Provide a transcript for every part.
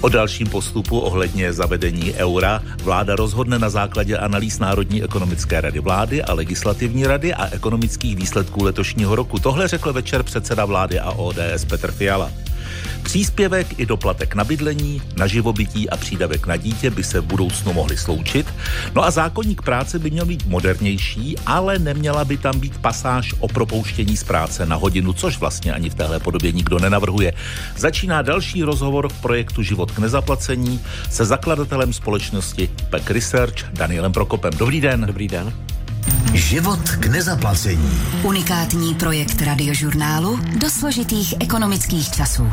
O dalším postupu ohledně zavedení eura vláda rozhodne na základě analýz Národní ekonomické rady vlády a legislativní rady a ekonomických výsledků letošního roku. Tohle řekl večer předseda vlády a ODS Petr Fiala. Příspěvek i doplatek na bydlení, na živobytí a přídavek na dítě by se v budoucnu mohly sloučit. No a zákoník práce by měl být modernější, ale neměla by tam být pasáž o propouštění z práce na hodinu, což vlastně ani v téhle podobě nikdo nenavrhuje. Začíná další rozhovor v projektu Život k nezaplacení se zakladatelem společnosti PEC Research Danielem Prokopem. Dobrý den. Dobrý den. Život k nezaplacení. Unikátní projekt Radiožurnálu do složitých ekonomických časů.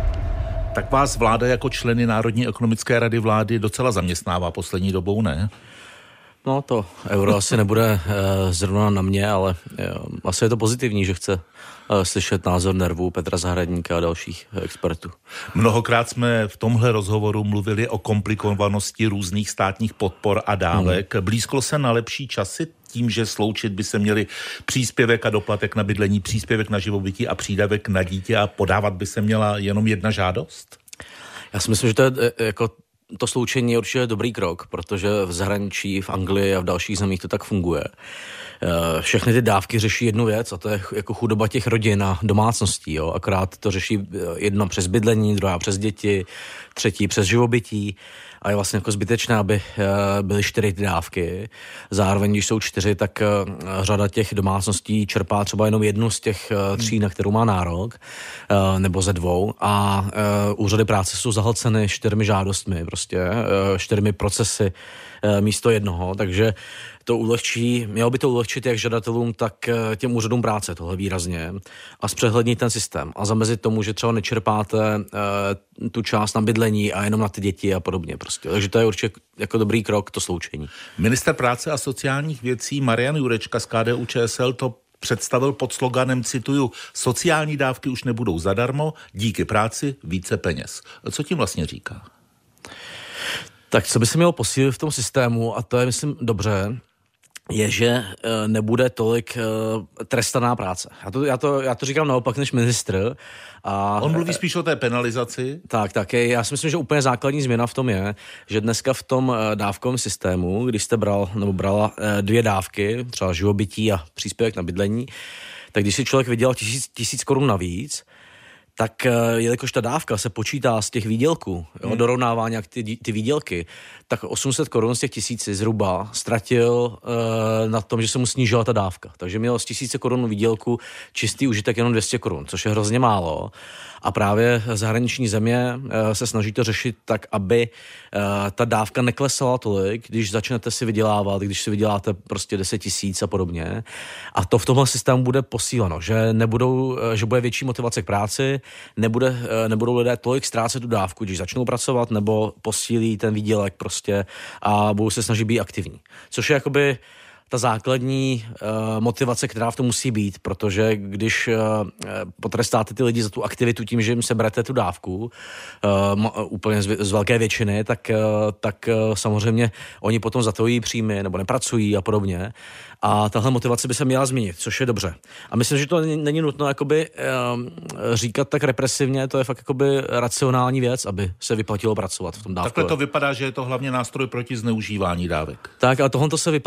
Tak vás vláda jako členy Národní ekonomické rady vlády docela zaměstnává poslední dobou, ne? No to euro asi nebude zrovna na mě, ale asi je to pozitivní, že chce slyšet názor nervů Petra Zahradníka a dalších expertů. Mnohokrát jsme v tomhle rozhovoru mluvili o komplikovanosti různých státních podpor a dávek. Blízko se na lepší časy tím, že sloučit by se měli příspěvek a doplatek na bydlení, příspěvek na živobytí a přídavek na dítě a podávat by se měla jenom jedna žádost? Já si myslím, že to je jako to sloučení je určitě dobrý krok, protože v zahraničí, v Anglii a v dalších zemích to tak funguje. Všechny ty dávky řeší jednu věc a to je jako chudoba těch rodin a domácností. Jo? Akorát to řeší jedna přes bydlení, druhá přes děti, třetí přes živobytí a je vlastně jako zbytečné, aby byly 4 ty dávky. Zároveň, když jsou 4, tak řada těch domácností čerpá třeba jenom jednu z těch 3, na kterou má nárok, nebo ze 2 a úřady práce jsou zahlceny 4 žádostmi, prostě 4 procesy místo jednoho, takže to mělo by to ulehčit jak žadatelům, tak těm úřadům práce, tohle výrazně, a zpřehlednit ten systém a zamezit tomu, že třeba nečerpáte tu část na bydlení a jenom na ty děti a podobně prostě. Takže to je určitě jako dobrý krok, to sloučení. Ministr práce a sociálních věcí Marian Jurečka z KDU-ČSL to představil pod sloganem, cituju, sociální dávky už nebudou zadarmo, díky práci více peněz. Co tím vlastně říká? Tak co by se mělo posílit v tom systému, a to je, myslím, dobře, je, že nebude tolik trestaná práce. Já to říkám naopak než ministr. A on mluví spíš o té penalizaci. Tak. Já si myslím, že úplně základní změna v tom je, že dneska v tom dávkovém systému, když jste brala 2 dávky, třeba živobytí a příspěvek na bydlení, tak když si člověk vydělal 1000 korun navíc, tak jelikož ta dávka se počítá z těch výdělků, dorovnává nějak ty výdělky, tak 800 korun z těch 1000 zhruba ztratil na tom, že se mu snížila ta dávka. Takže měl z 1000 korun výdělku čistý užitek jenom 200 korun, což je hrozně málo. A právě zahraniční země se snaží to řešit tak, aby ta dávka neklesala tolik, když začnete si vydělávat, když si vyděláte prostě 10 000 a podobně. A to v tomhle systému bude posíleno, že bude větší motivace k práci, nebudou lidé tolik ztrácet tu dávku, když začnou pracovat, nebo posílí ten výdělek prostě a budou se snažit být aktivní. Což je jakoby ta základní motivace, která v tom musí být, protože když potrestáte ty lidi za tu aktivitu tím, že jim seberete tu dávku úplně z velké většiny, tak samozřejmě oni potom zatajují příjmy nebo nepracují a podobně. A tahle motivace by se měla změnit, což je dobře. A myslím, že to není nutno jakoby říkat tak represivně, to je fakt jakoby racionální věc, aby se vyplatilo pracovat v tom dávku. Takhle to vypadá, že je to hlavně nástroj proti zneužívání dávek. Tak a tohle se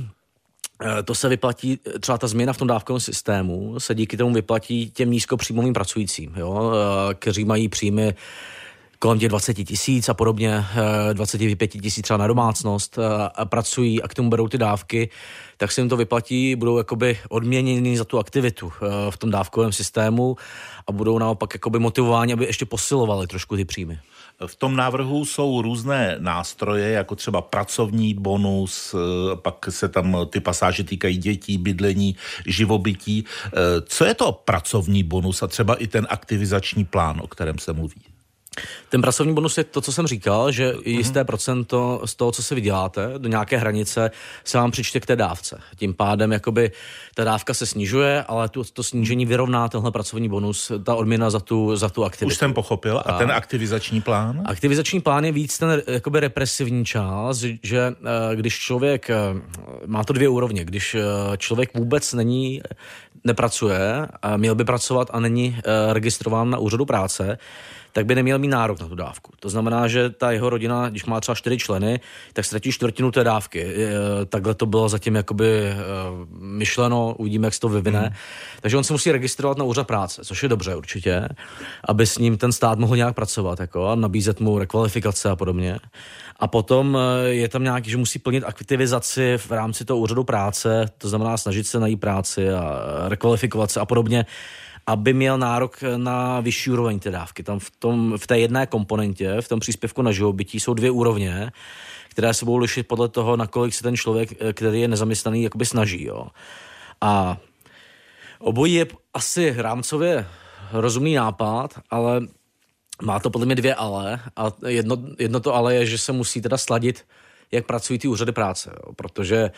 vyplatí, třeba ta změna v tom dávkovém systému se díky tomu vyplatí těm nízkopříjmovým pracujícím, kteří mají příjmy kolem těch 20 000 a podobně, 25 000 třeba na domácnost a pracují a k tomu berou ty dávky, tak se jim to vyplatí, budou jakoby odměněni za tu aktivitu v tom dávkovém systému a budou naopak jakoby motivováni, aby ještě posilovali trošku ty příjmy. V tom návrhu jsou různé nástroje, jako třeba pracovní bonus, pak se tam ty pasáže týkají dětí, bydlení, živobytí. Co je to pracovní bonus a třeba i ten aktivizační plán, o kterém se mluví? Ten pracovní bonus je to, co jsem říkal, že jisté procento z toho, co si vyděláte, do nějaké hranice se vám přičte k té dávce. Tím pádem jakoby ta dávka se snižuje, ale to snížení vyrovná tenhle pracovní bonus, ta odměna za tu aktivitu. Už jsem pochopil. A ten aktivizační plán? Aktivizační plán je víc ten jakoby represivní část, že když člověk, má to 2 úrovně, když člověk vůbec nepracuje, a měl by pracovat a není registrován na úřadu práce, tak by neměl mít nárok na tu dávku. To znamená, že ta jeho rodina, když má třeba 4 členy, tak ztratí čtvrtinu té dávky. Takhle to bylo zatím jakoby myšleno, uvidíme, jak se to vyvine. Takže on se musí registrovat na úřad práce, což je dobře určitě, aby s ním ten stát mohl nějak pracovat jako, a nabízet mu rekvalifikace a podobně. A potom je tam nějaký, že musí plnit aktivizaci v rámci toho úřadu práce, to znamená snažit se najít práci a rekvalifikovat se a podobně, aby měl nárok na vyšší úroveň té dávky. Tam v té jedné komponentě, v tom příspěvku na živobytí jsou 2 úrovně, které se budou lišit podle toho, nakolik se ten člověk, který je nezaměstnaný, jakoby snaží. Jo. A obojí je asi rámcově rozumný nápad, ale má to podle mě 2 ale. A jedno to ale je, že se musí teda sladit, jak pracují ty úřady práce. Jo. Protože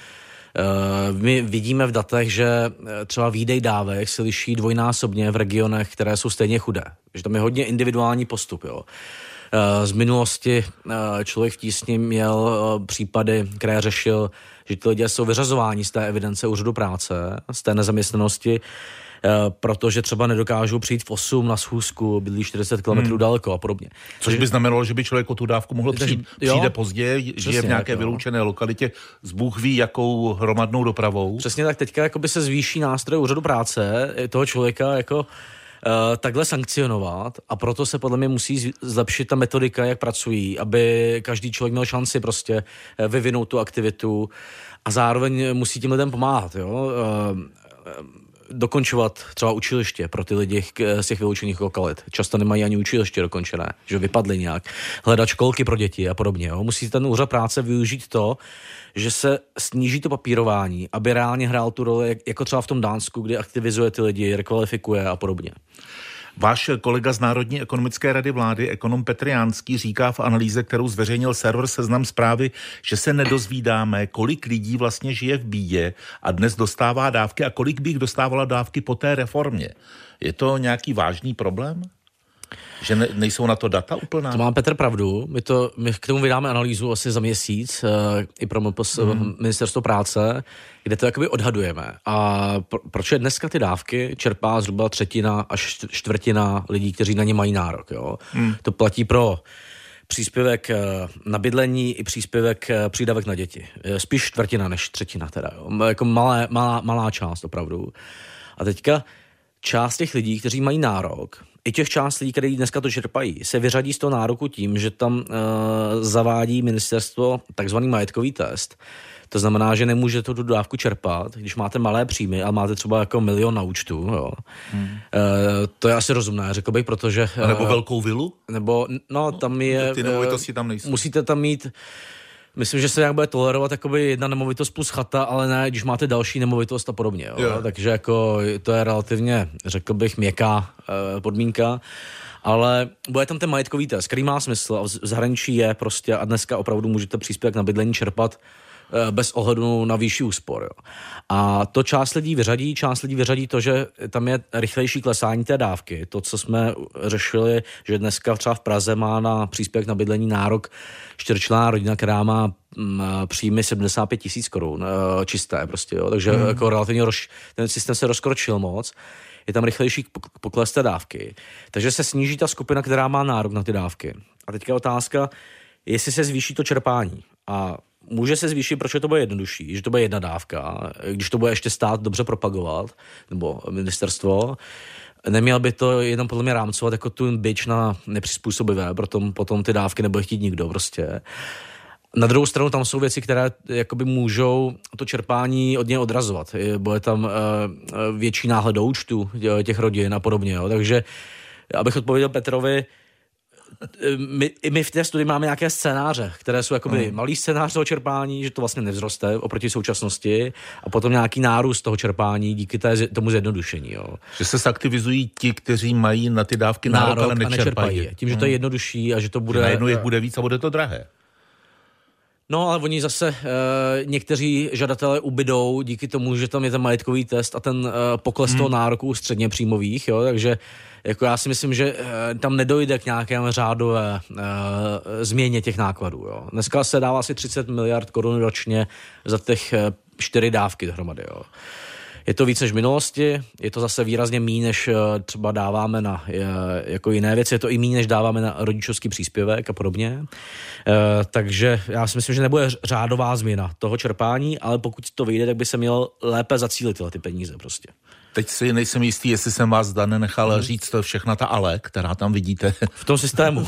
my vidíme v datech, že třeba výdej dávek se liší dvojnásobně v regionech, které jsou stejně chudé. Že tam je hodně individuální postup. Jo. Z minulosti Člověk v tísni měl případy, které řešil, že ty lidé jsou vyřazováni z té evidence úřadu práce, z té nezaměstnanosti, protože třeba nedokážou přijít v 8 na schůzku, bydlí 40 km daleko a podobně. Což by znamenalo, že by člověk o tu dávku mohl přijít. Přijde později, žije v nějaké vyloučené lokalitě s Bůh ví jakou hromadnou dopravou. Přesně tak, teďka jakoby se zvýší nástroj úřadu práce toho člověka jako takhle sankcionovat a proto se podle mě musí zlepšit ta metodika, jak pracují, aby každý člověk měl šanci prostě vyvinout tu aktivitu a zároveň musí těm lidem pomáhat, jo. Dokončovat třeba učiliště pro ty lidi z těch vyloučených lokalit. Často nemají ani učiliště dokončené, že vypadly nějak. Hledat školky pro děti a podobně. Jo. Musí ten úřad práce využít to, že se sníží to papírování, aby reálně hrál tu roli, jako třeba v tom Dánsku, kdy aktivizuje ty lidi, rekvalifikuje a podobně. Váš kolega z Národní ekonomické rady vlády, ekonom Petr Jánský, říká v analýze, kterou zveřejnil server Seznam Zprávy, že se nedozvídáme, kolik lidí vlastně žije v bídě a dnes dostává dávky a kolik by jich dostávala dávky po té reformě. Je to nějaký vážný problém? Že nejsou na to data úplná? To má Petr pravdu. My k tomu vydáme analýzu asi za měsíc i pro Ministerstvo práce, kde to jakoby odhadujeme. A proč je dneska ty dávky čerpá zhruba 1/3 až 1/4 lidí, kteří na ně mají nárok. Jo? To platí pro příspěvek na bydlení i přídavek na děti. Spíš 1/4 než 1/3 teda. Jo? Jako malá část opravdu. A teďka část těch lidí, kteří mají nárok, i těch část lidí, kteří dneska to čerpají, se vyřadí z toho nároku tím, že tam zavádí ministerstvo takzvaný majetkový test. To znamená, že nemůžete tu dávku čerpat, když máte malé příjmy a máte třeba jako 1 000 000 na účtu. Jo. To je asi rozumné, řekl bych, protože... A nebo velkou vilu? Nebo, tam je... Ty nemovitosti tam nejsou. Musíte tam mít... Myslím, že se nějak bude tolerovat jakoby jedna nemovitost plus chata, ale ne, když máte další nemovitost a podobně. Jo. Takže jako to je relativně, řekl bych, měkká podmínka. Ale bude tam ten majetkový test, který má smysl a v zahraničí je prostě a dneska opravdu můžete příspěvek na bydlení čerpat bez ohledu na výši úspor. Jo. A to část lidí vyřadí to, že tam je rychlejší klesání té dávky. To, co jsme řešili, že dneska třeba v Praze má na příspěvek na bydlení nárok 4členná rodina, která má příjmy 75 000 korun čisté prostě. Jo. Takže jako relativně ten systém se rozkročil moc. Je tam rychlejší pokles té dávky. Takže se sníží ta skupina, která má nárok na ty dávky. A teďka je otázka, jestli se zvýší to čerpání. A může se zvýšit, proč to bude jednodušší, že to bude jedna dávka, když to bude ještě stát dobře propagovat, nebo ministerstvo, neměl by to jenom podle mě rámcovat jako tu bič na nepřizpůsobivé, potom ty dávky nebude chtít nikdo prostě. Na druhou stranu tam jsou věci, které jakoby můžou to čerpání od něj odrazovat. Bude tam větší náhled do účtu těch rodin a podobně. Jo. Takže abych odpověděl Petrovi, my v té studii máme nějaké scénáře, které jsou jakoby malý scénář toho čerpání, že to vlastně nevzroste oproti současnosti a potom nějaký nárůst toho čerpání díky tomu zjednodušení. Jo. Že se zaktivizují ti, kteří mají na ty dávky nárok, ale nečerpají. Tím, že to je jednodušší a že to bude... Že najednou jich bude víc a bude to drahé. No, ale oni zase někteří žadatelé ubydou díky tomu, že tam je ten majetkový test a ten pokles toho nároku středně příjmových, jo, takže jako já si myslím, že tam nedojde k nějakému řádové změně těch nákladů. Jo. Dneska se dává asi 30 miliard korun ročně za těch 4 dávky dohromady. Jo. Je to víc než v minulosti, je to zase výrazně méně, než třeba dáváme na jako jiné věci, je to i méně, než dáváme na rodičovský příspěvek a podobně. Takže já si myslím, že nebude řádová změna toho čerpání, ale pokud to vyjde, tak by se mělo lépe zacílit tyhle ty peníze prostě. Teď si nejsem jistý, jestli jsem vás nenechal říct všechna ta ale, která tam vidíte. V tom systému.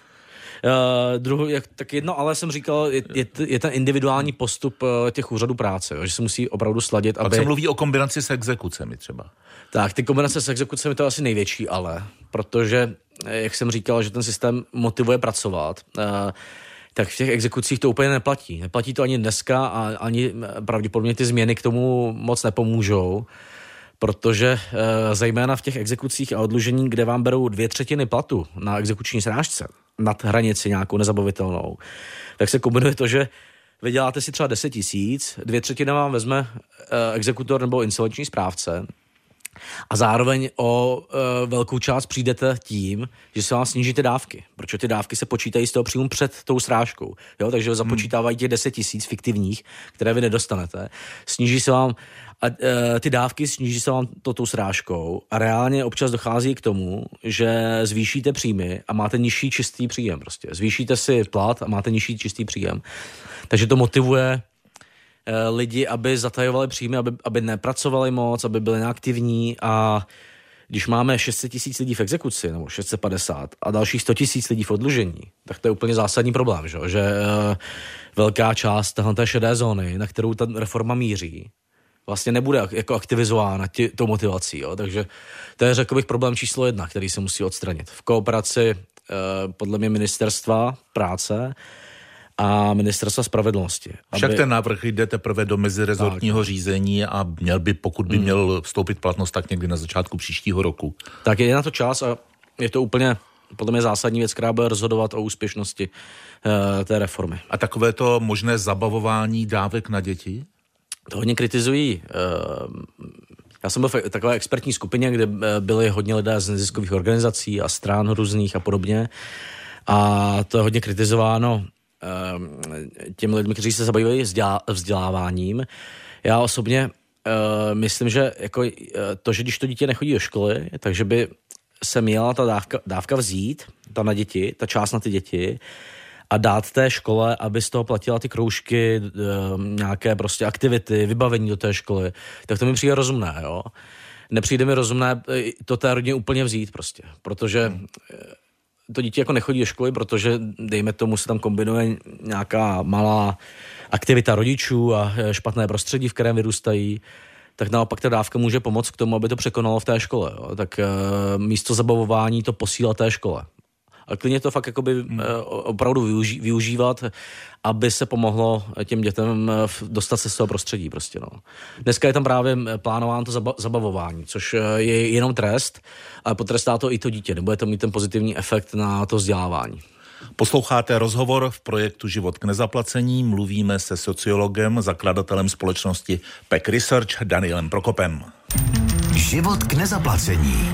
Tak jedno, ale jsem říkal, je ten individuální postup těch úřadů práce, jo, že se musí opravdu sladit, Pak se mluví o kombinaci s exekucemi třeba. Tak, ty kombinace s exekucemi to je asi největší ale, protože, jak jsem říkal, že ten systém motivuje pracovat, tak v těch exekucích to úplně neplatí. Neplatí to ani dneska a ani pravděpodobně ty změny k tomu moc nepomůžou, protože zejména v těch exekucích a odlužení, kde vám berou 2/3 platu na exekuční srážce, nad hranici nějakou nezabavitelnou, tak se kombinuje to, že vyděláte si třeba 10 000, 2/3 vám vezme exekutor nebo insolvenční správce a zároveň o velkou část přijdete tím, že se vám sníží ty dávky, protože ty dávky se počítají z toho příjmu před tou srážkou, jo? Takže započítávají těch 10 000 fiktivních, které vy nedostanete, sníží se vám ty dávky, sníží se vám to tou srážkou a reálně občas dochází k tomu, že zvýšíte příjmy a máte nižší čistý příjem prostě. Zvýšíte si plat a máte nižší čistý příjem. Takže to motivuje lidi, aby zatajovali příjmy, aby nepracovali moc, aby byli neaktivní a když máme 600 000 lidí v exekuci, nebo 650 a dalších 100 000 lidí v odlužení, tak to je úplně zásadní problém, že velká část té šedé zóny, na kterou ta reforma míří, vlastně nebude jako aktivizována tou motivací. Jo? Takže to je, řekl bych, problém číslo 1, který se musí odstranit. V kooperaci podle mě ministerstva práce a ministerstva spravedlnosti. Však ten návrh jde teprve do mezirezortního řízení a pokud by měl vstoupit platnost, tak někdy na začátku příštího roku. Tak je na to čas a je to úplně podle mě zásadní věc, která bude rozhodovat o úspěšnosti té reformy. A takové to možné zabavování dávek na děti? To hodně kritizují. Já jsem byl v takové expertní skupině, kde byli hodně lidé z neziskových organizací a stran různých a podobně. A to je hodně kritizováno těmi lidmi, kteří se zabývají vzděláváním. Já osobně myslím, že jako to, že když to dítě nechodí do školy, takže by se měla ta dávka vzít, ta na děti, ta část na ty děti, a dát té škole, aby z toho platila ty kroužky, nějaké prostě aktivity, vybavení do té školy, tak to mi přijde rozumné, jo. Nepřijde mi rozumné to té rodině úplně vzít prostě, protože to dítě jako nechodí do školy, protože dejme tomu se tam kombinuje nějaká malá aktivita rodičů a špatné prostředí, v kterém vyrůstají, tak naopak ta dávka může pomoct k tomu, aby to překonalo v té škole, jo. Tak místo zabavování to posílá té škole. A klidně to fakt jakoby opravdu využívat, aby se pomohlo těm dětem dostat se z toho prostředí prostě, no. Dneska je tam právě plánováno to zabavování, což je jenom trest, ale potrestá to i to dítě, nebude to mít ten pozitivní efekt na to vzdělávání. Posloucháte rozhovor v projektu Život k nezaplacení. Mluvíme se sociologem, zakladatelem společnosti PEC Research Danielem Prokopem. Život k nezaplacení.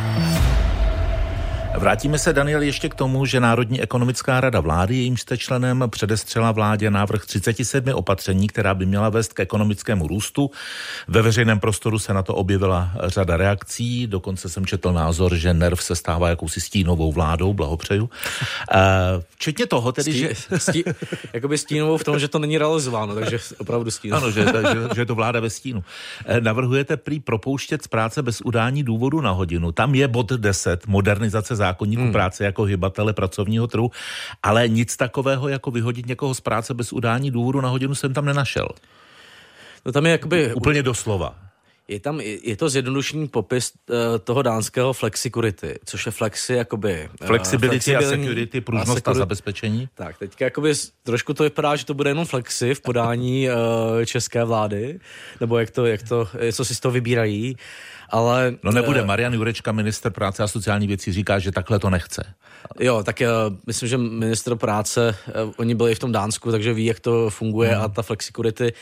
Vrátíme se, Daniel, ještě k tomu, že Národní ekonomická rada vlády, jejímž jste členem, předestřela vládě návrh 37 opatření, která by měla vést k ekonomickému růstu. Ve veřejném prostoru se na to objevila řada reakcí, dokonce jsem četl názor, že NERV se stává jakousi stínovou vládou, blahopřeju. Včetně toho tedy, jakoby stínovou v tom, že to není realizováno, takže opravdu stínovou. Ano, že je to vláda ve stínu. Navrhujete prý propouštět z práce bez udání důvodu na hodinu. Tam je bod 10, modernizace zákonníku práce jako hybatele pracovního trhu, ale nic takového, jako vyhodit někoho z práce bez udání důvodu na hodinu, jsem tam nenašel. No tam je jakoby úplně doslova. Je to zjednodušený popis toho dánského flexicurity, což je flexi jakoby flexibility a security, pružnost a zabezpečení. Tak, teďka jakoby trošku to vypadá, že to bude jenom flexi v podání české vlády, nebo co si z toho vybírají. Ale, no nebude. Marian Jurečka, ministr práce a sociální věcí, říká, že takhle to nechce. Jo, tak myslím, že ministr práce, oni byli v tom Dánsku, takže ví, jak to funguje a ta flexicurity.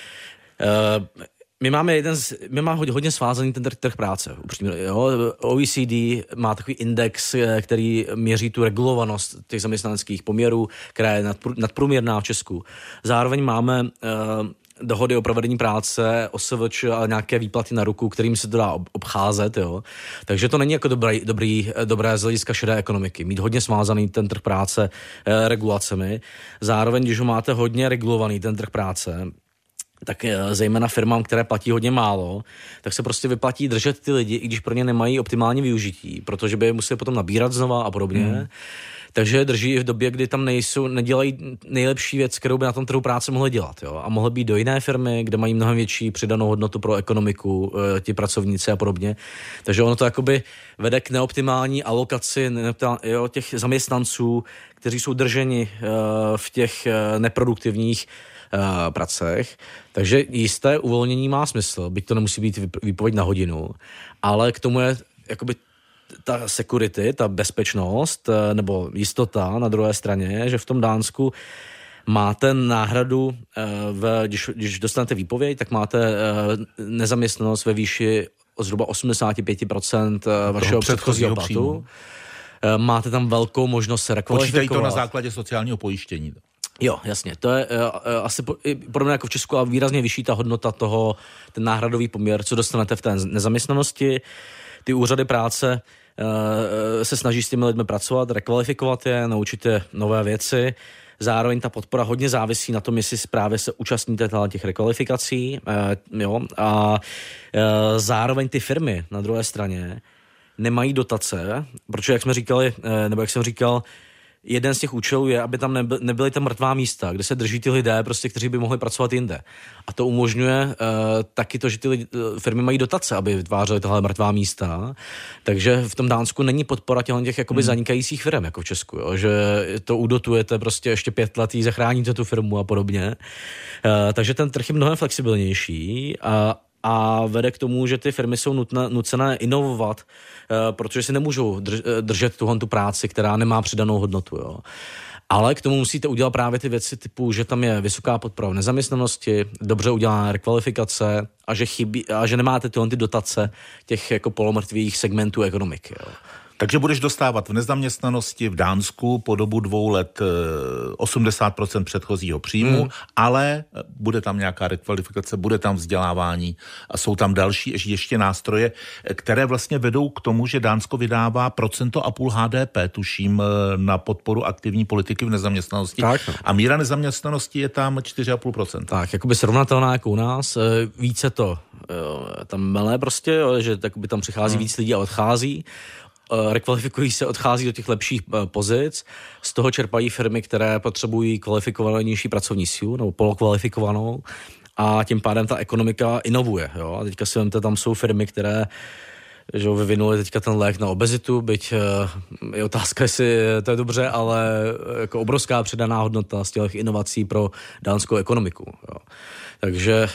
My máme hodně svázaný ten trh práce. Upřímně, jo. OECD má takový index, který měří tu regulovanost těch zaměstnaneckých poměrů, která je nadprůměrná v Česku. Zároveň máme dohody o provedení práce, OSVČ a nějaké výplaty na ruku, kterým se to dá obcházet, jo. Takže to není jako dobré z hlediska šedé ekonomiky. Mít hodně svázaný ten trh práce regulacemi. Zároveň, když ho máte hodně regulovaný ten trh práce, tak zejména firmám, které platí hodně málo, tak se prostě vyplatí držet ty lidi, i když pro ně nemají optimální využití, protože by je museli potom nabírat znova a podobně. Takže drží i v době, kdy tam nedělají nejlepší věc, kterou by na tom trhu práce mohli dělat. Jo? A mohli být do jiné firmy, kde mají mnohem větší přidanou hodnotu pro ekonomiku, ti pracovníci a podobně. Takže ono to jakoby vede k neoptimální alokaci těch zaměstnanců, kteří jsou drženi v těch neproduktivních pracech. Takže jisté uvolnění má smysl, byť to nemusí být výpověď na hodinu, ale k tomu je jakoby ta security, ta bezpečnost nebo jistota na druhé straně, že v tom Dánsku máte náhradu, když dostanete výpověď, tak máte nezaměstnanost ve výši zhruba 85% vašeho předchozího platu. Máte tam velkou možnost se rekvalifikovat. Počítají to na základě sociálního pojištění. Jo, jasně. To je asi podobně jako v Česku, a výrazně vyšší ta hodnota toho, ten náhradový poměr, co dostanete v té nezaměstnanosti. Ty úřady práce se snaží s těmi lidmi pracovat, rekvalifikovat je, naučit je nové věci. Zároveň ta podpora hodně závisí na tom, jestli právě se účastníte těch rekvalifikací. A zároveň ty firmy na druhé straně nemají dotace, protože jak jsem říkal, jeden z těch účelů je, aby tam nebyly ta mrtvá místa, kde se drží ty lidé, prostě, kteří by mohli pracovat jinde. A to umožňuje taky to, že ty firmy mají dotace, aby vytvářely tahle mrtvá místa. Takže v tom Dánsku není podpora těch jakoby zanikajících firm, jako v Česku, jo? Že to udotujete prostě ještě 5 let, zachráníte tu firmu a podobně. Takže ten trh je mnohem flexibilnější a vede k tomu, že ty firmy jsou nucené inovovat, protože si nemůžou držet tu práci, která nemá přidanou hodnotu. Jo. Ale k tomu musíte udělat právě ty věci typu, že tam je vysoká podpora v nezaměstnanosti, dobře udělaná rekvalifikace a že nemáte ty dotace těch jako polomrtvých segmentů ekonomiky. Jo. Takže budeš dostávat v nezaměstnanosti v Dánsku po dobu 2 let 80% předchozího příjmu, ale bude tam nějaká rekvalifikace, bude tam vzdělávání a jsou tam další ještě nástroje, které vlastně vedou k tomu, že Dánsko vydává 1,5% HDP, tuším, na podporu aktivní politiky v nezaměstnanosti. Tak, no. A míra nezaměstnanosti je tam 4,5%. Tak, jakoby srovnatelná jako u nás, více to tam mele prostě, že by tam přichází víc lidí a odchází. Rekvalifikují se, odchází do těch lepších pozic, z toho čerpají firmy, které potřebují kvalifikovanější pracovní sílu nebo polokvalifikovanou a tím pádem ta ekonomika inovuje. Jo? A teďka si vemte, tam jsou firmy, které vyvinuli teďka ten lék na obezitu, byť je otázka, jestli to je dobře, ale jako obrovská přidaná hodnota z těch inovací pro dánskou ekonomiku. Jo? Takže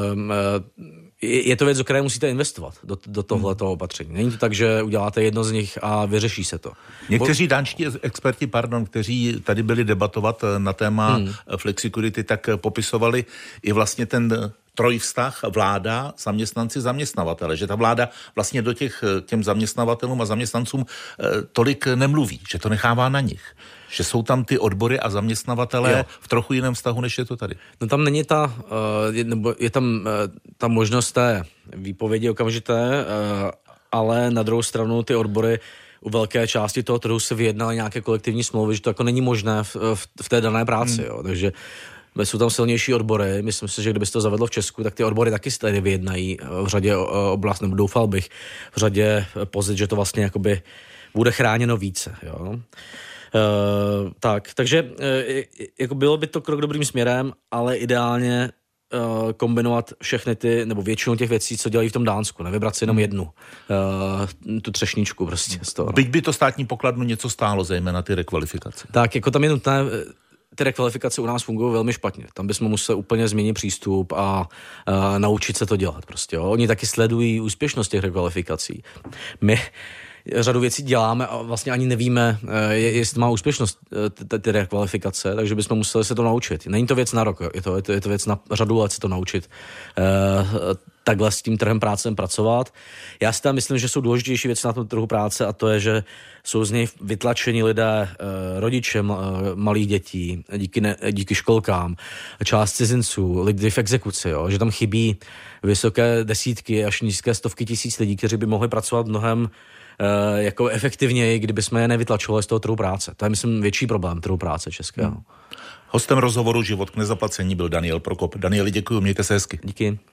je to věc, do které musíte investovat, do tohletoho opatření. Není to tak, že uděláte jedno z nich a vyřeší se to. Někteří dánští experti, kteří tady byli debatovat na téma flexicurity, tak popisovali i vlastně ten trojvztah vláda, zaměstnanci, zaměstnavatele, že ta vláda vlastně do těm zaměstnavatelům a zaměstnancům tolik nemluví, že to nechává na nich. Že jsou tam ty odbory a zaměstnavatelé v trochu jiném vztahu, než je to tady. No tam není je tam ta možnost té výpovědi okamžité, ale na druhou stranu ty odbory u velké části toho trhu se vyjednaly nějaké kolektivní smlouvy, že to jako není možné v té dané práci. Jo. Takže jsou tam silnější odbory. Myslím si, že kdyby se to zavedlo v Česku, tak ty odbory taky se tady vyjednají v řadě oblast, nebo doufal bych, v řadě pozic, že to vlastně jakoby bude chráněno více. Jo. Takže jako bylo by to krok dobrým směrem, ale ideálně kombinovat všechny nebo většinu těch věcí, co dělají v tom Dánsku. Nevybrat si jenom jednu. Tu třešničku prostě z toho. Byť by to státní pokladnu něco stálo, zejména ty rekvalifikace. Tak, jako tam je nutné, ty rekvalifikace u nás fungují velmi špatně. Tam bychom museli úplně změnit přístup a naučit se to dělat prostě. Jo. Oni taky sledují úspěšnost těch rekvalifikací. řadu věcí děláme a vlastně ani nevíme, jestli má úspěšnost ty rekvalifikace, takže bychom museli se to naučit. Není to věc na rok, je to věc na řadu let se to naučit. Takhle s tím trhem práce pracovat. Já si tam myslím, že jsou důležitější věci na tom trhu práce a to je, že jsou z něj vytlačeni lidé, rodiče malých dětí, díky školkám, část cizinců, lidi v exekuci, jo, že tam chybí vysoké desítky až nízké stovky tisíc lidí, kteří by mohli pracovat mnohem jako efektivněji, kdyby jsme je nevytlačovali z toho trhu práce. To je, myslím, větší problém trhu práce českého. Hostem rozhovoru Život k nezaplacení byl Daniel Prokop. Danieli, děkuji, mějte se hezky. Díky.